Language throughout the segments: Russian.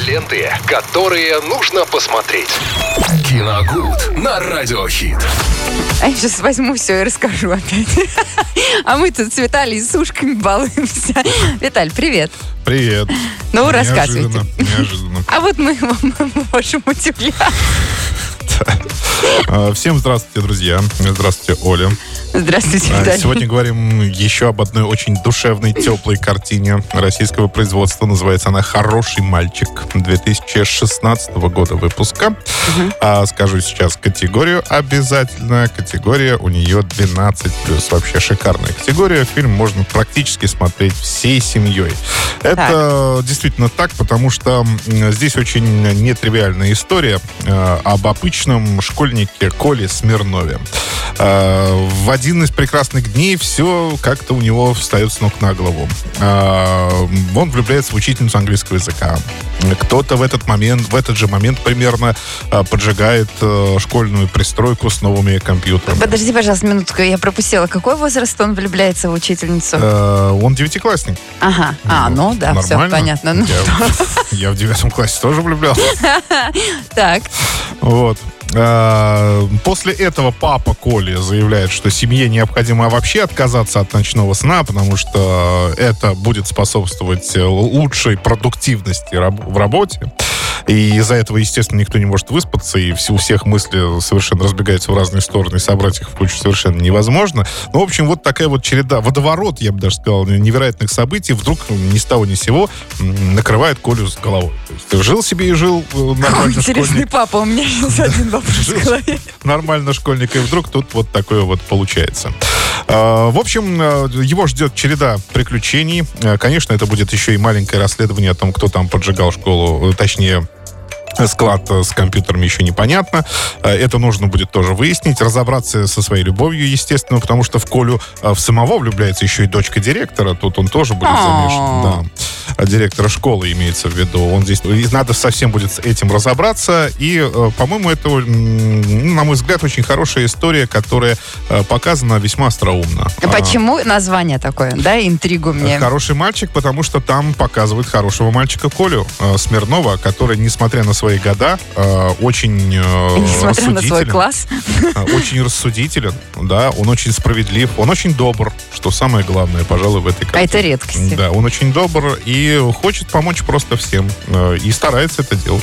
Ленты, которые нужно посмотреть. Киногуд на Радиохит. А я сейчас возьму все и расскажу опять. А мы тут с Виталием с ушками балуемся. Виталь, привет. Привет. Ну, рассказывайте. Неожиданно. А вот мы вам можем удивлять. Всем здравствуйте, друзья. Здравствуйте, Оля. Здравствуйте, Виталий. Сегодня говорим еще об одной очень душевной, теплой картине российского производства. Называется она «Хороший мальчик», 2016 года выпуска. Скажу сейчас категорию обязательно. Категория у нее 12+. Вообще шикарная категория. Фильм можно практически смотреть всей семьей. Это действительно так, потому что здесь очень нетривиальная история об обычном школьнике Коле Смирнове. В один из прекрасных дней все как-то у него встает с ног на голову. Он влюбляется в учительницу английского языка. Кто-то в этот же момент примерно поджигает школьную пристройку с новыми компьютерами. Подожди, пожалуйста, минутку, я пропустила. Какой возраст он влюбляется в учительницу? Он 9-классник. Ага. Ну да, нормально. все понятно. Я в 9 классе тоже влюблялся. Так. Вот. После этого папа Коли заявляет, что семье необходимо вообще отказаться от ночного сна, потому что это будет способствовать лучшей продуктивности в работе. И из-за этого, естественно, никто не может выспаться, и у всех мысли совершенно разбегаются в разные стороны, и собрать их в кучу совершенно невозможно. Ну, в общем, вот такая вот череда, водоворот, я бы даже сказал, невероятных событий вдруг ни с того ни с сего накрывает Колю с головой. То есть жил себе и жил нормально. Интересный школьник. папа, у меня сейчас один вопрос в голове. Нормально школьник, и вдруг тут вот такое вот получается. В общем, его ждет череда приключений. Конечно, это будет еще и маленькое расследование о том, кто там поджигал школу, точнее, склад с компьютерами еще непонятно. Это нужно будет тоже выяснить, разобраться со своей любовью, естественно, потому что в Колю в самого влюбляется еще и дочка директора. Тут он тоже будет замешан. Да. Директора школы имеется в виду. Он здесь... Надо совсем будет с этим разобраться. И, по-моему, это, на мой взгляд, очень хорошая история, которая показана весьма остроумно. Почему название такое? Да, интригу мне. «Хороший мальчик», потому что там показывают хорошего мальчика Колю Смирнова, который, несмотря на свои года, очень несмотря на свой класс. Очень рассудителен, да, он очень справедлив, он очень добр, что самое главное, пожалуй, в этой картине. А это редкость. Да, он очень добр и хочет помочь просто всем. И старается это делать.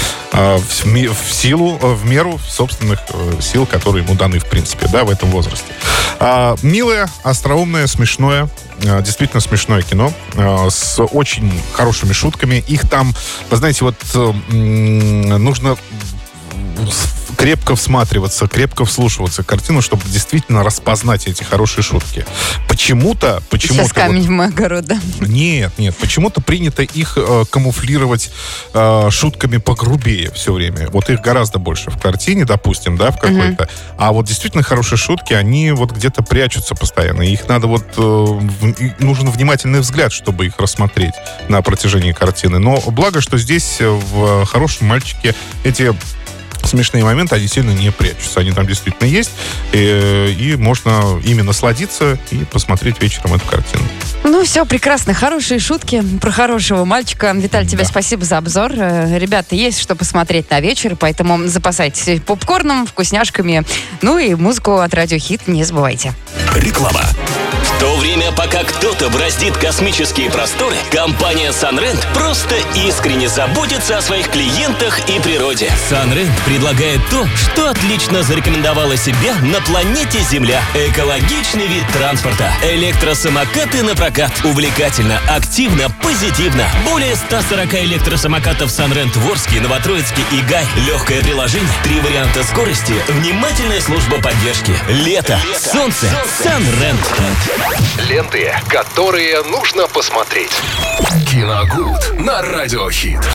В меру собственных сил, которые ему даны, в принципе, да, в этом возрасте. Милое, остроумное, смешное. Действительно смешное кино с очень хорошими шутками. Их там, вы знаете, вот нужно крепко всматриваться, крепко вслушиваться в картину, чтобы действительно распознать эти хорошие шутки. Почему-то Сейчас камень в мой огород, да? Нет, почему-то принято их камуфлировать шутками погрубее все время. Вот их гораздо больше в картине, допустим, да, в какой-то. А вот действительно хорошие шутки, они вот где-то прячутся постоянно. И их надо нужен внимательный взгляд, чтобы их рассмотреть на протяжении картины. Но благо, что здесь в «Хорошем мальчике» эти смешные моменты, они сильно не прячутся. Они там действительно есть. И можно ими насладиться и посмотреть вечером эту картину. Ну, все прекрасно. Хорошие шутки про хорошего мальчика. Виталий, тебе спасибо за обзор. Ребята, есть что посмотреть на вечер, поэтому запасайтесь попкорном, вкусняшками. Ну и музыку от Радиохит не забывайте. Реклама. В то время, пока кто-то бороздит космические просторы, компания Sunrent просто искренне заботится о своих клиентах и природе. Sunrent предлагает то, что отлично зарекомендовало себя на планете Земля. Экологичный вид транспорта. Электросамокаты на прокат. Увлекательно, активно, позитивно. Более 140 электросамокатов Sunrent в Орске, Новотроицке и Гай. Легкое приложение, 3 варианта скорости, внимательная служба поддержки. Лето, солнце, Sunrent. Ленты, которые нужно посмотреть. Киногуд на Радиохит.